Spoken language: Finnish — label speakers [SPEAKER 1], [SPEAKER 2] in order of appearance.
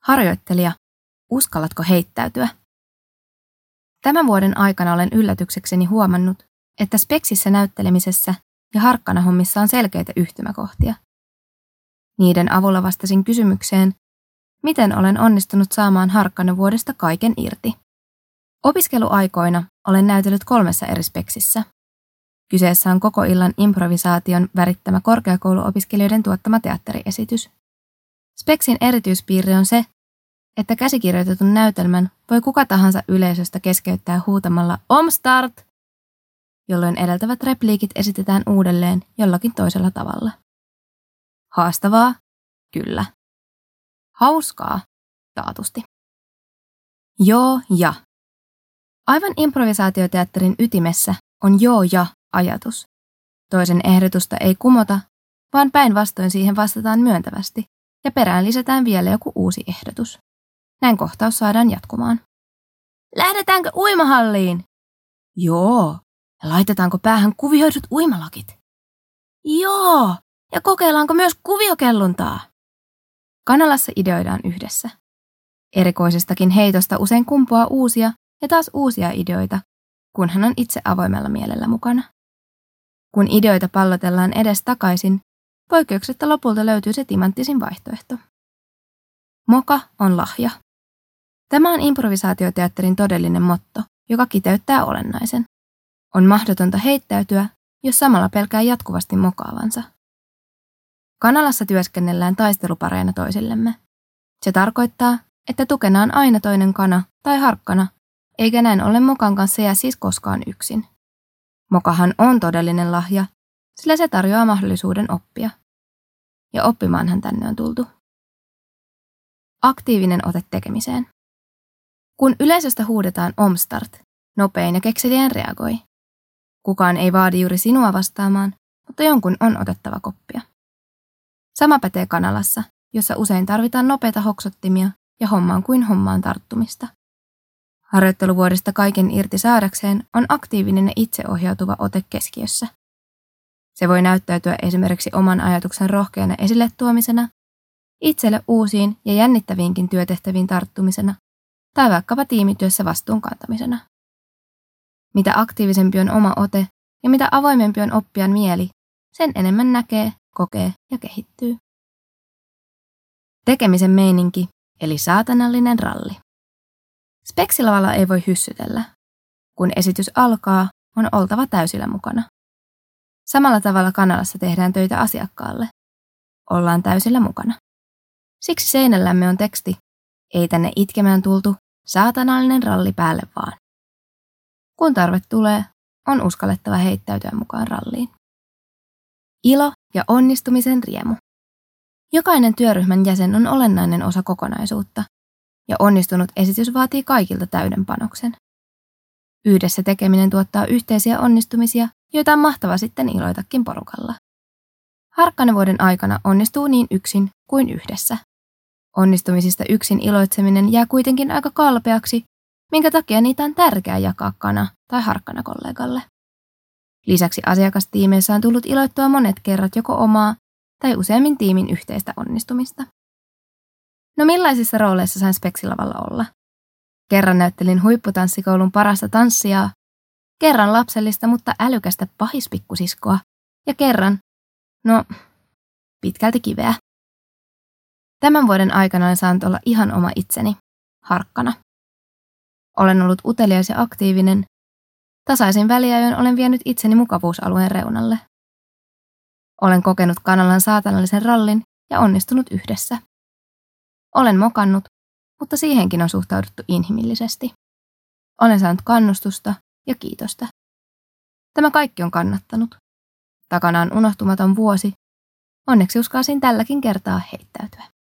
[SPEAKER 1] Harjoittelija, uskallatko heittäytyä? Tämän vuoden aikana olen yllätyksekseni huomannut, että Speksissä näyttelemisessä ja harkkanahommissa on selkeitä yhtymäkohtia. Niiden avulla vastasin kysymykseen, miten olen onnistunut saamaan harkkanavuodesta kaiken irti. Opiskeluaikoina olen näytellyt 3 eri Speksissä. Kyseessä on koko illan improvisaation värittämä korkeakouluopiskelijoiden tuottama teatteriesitys. Speksin erityispiirre on se, että käsikirjoitetun näytelmän voi kuka tahansa yleisöstä keskeyttää huutamalla Omstart, jolloin edeltävät repliikit esitetään uudelleen jollakin toisella tavalla. Haastavaa? Kyllä. Hauskaa? Taatusti. Joo ja. Aivan improvisaatioteatterin ytimessä on joo ja ajatus. Toisen ehdotusta ei kumota, vaan päinvastoin siihen vastataan myöntävästi ja perään lisätään vielä joku uusi ehdotus. Näin kohtaus saadaan jatkumaan. Lähdetäänkö uimahalliin? Joo. Ja laitetaanko päähän kuvioidut uimalakit? Joo. Ja kokeillaanko myös kuviokelluntaa? Kanalassa ideoidaan yhdessä. Erikoisestakin heitosta usein kumpuaa uusia ja taas uusia ideoita, kun hän on itse avoimella mielellä mukana. Kun ideoita pallotellaan edes takaisin, poikkeuksetta lopulta löytyy se timanttisin vaihtoehto. Moka on lahja. Tämä on improvisaatioteatterin todellinen motto, joka kiteyttää olennaisen. On mahdotonta heittäytyä, jos samalla pelkää jatkuvasti mokaavansa. Kanalassa työskennellään taistelupareina toisillemme. Se tarkoittaa, että tukena on aina toinen kana tai harkkana, eikä näin ollen mokan kanssa jää siis koskaan yksin. Mokahan on todellinen lahja, sillä se tarjoaa mahdollisuuden oppia. Ja oppimaanhan tänne on tultu. Aktiivinen ote tekemiseen. Kun yleisöstä huudetaan Omstart, nopein ja kekseliään reagoi. Kukaan ei vaadi juuri sinua vastaamaan, mutta jonkun on otettava koppia. Sama pätee kanalassa, jossa usein tarvitaan nopeita hoksottimia ja hommaan kuin hommaan tarttumista. Harjoitteluvuodesta kaiken irti saadakseen on aktiivinen ja itseohjautuva ote keskiössä. Se voi näyttäytyä esimerkiksi oman ajatuksen rohkeana esille tuomisena, itselle uusiin ja jännittäviinkin työtehtäviin tarttumisena tai vaikkapa tiimityössä vastuun kantamisena. Mitä aktiivisempi on oma ote ja mitä avoimempi on oppijan mieli, sen enemmän näkee, kokee ja kehittyy. Tekemisen meininki, eli saatanallinen ralli. Speksilavalla ei voi hyssytellä. Kun esitys alkaa, on oltava täysillä mukana. Samalla tavalla kanalassa tehdään töitä asiakkaalle. Ollaan täysillä mukana. Siksi seinällämme on teksti, ei tänne itkemään tultu, saatanallinen ralli päälle vaan. Kun tarve tulee, on uskallettava heittäytyä mukaan ralliin. Ilo ja onnistumisen riemu. Jokainen työryhmän jäsen on olennainen osa kokonaisuutta, ja onnistunut esitys vaatii kaikilta täyden panoksen. Yhdessä tekeminen tuottaa yhteisiä onnistumisia, joita on mahtava sitten iloitakin porukalla. Harkkanavuoden aikana onnistuu niin yksin kuin yhdessä. Onnistumisista yksin iloitseminen jää kuitenkin aika kalpeaksi, minkä takia niitä on tärkeää jakaa kana- tai harkkanakollegalle. Lisäksi asiakastiimeissä on tullut iloittua monet kerrat joko omaa tai useammin tiimin yhteistä onnistumista. No millaisissa rooleissa sain Speksilavalla olla? Kerran näyttelin huipputanssikoulun parasta tanssijaa, kerran lapsellista, mutta älykästä pahispikkusiskoa ja kerran, pitkälti kiveä. Tämän vuoden aikana olen saanut olla ihan oma itseni, harkkana. Olen ollut utelias ja aktiivinen. Tasaisin väliajoin olen vienyt itseni mukavuusalueen reunalle. Olen kokenut kanalan saatanallisen rallin ja onnistunut yhdessä. Olen mokannut, mutta siihenkin on suhtauduttu inhimillisesti. Olen saanut kannustusta ja kiitosta. Tämä kaikki on kannattanut. Takana on unohtumaton vuosi. Onneksi uskalsin tälläkin kertaa heittäytyä.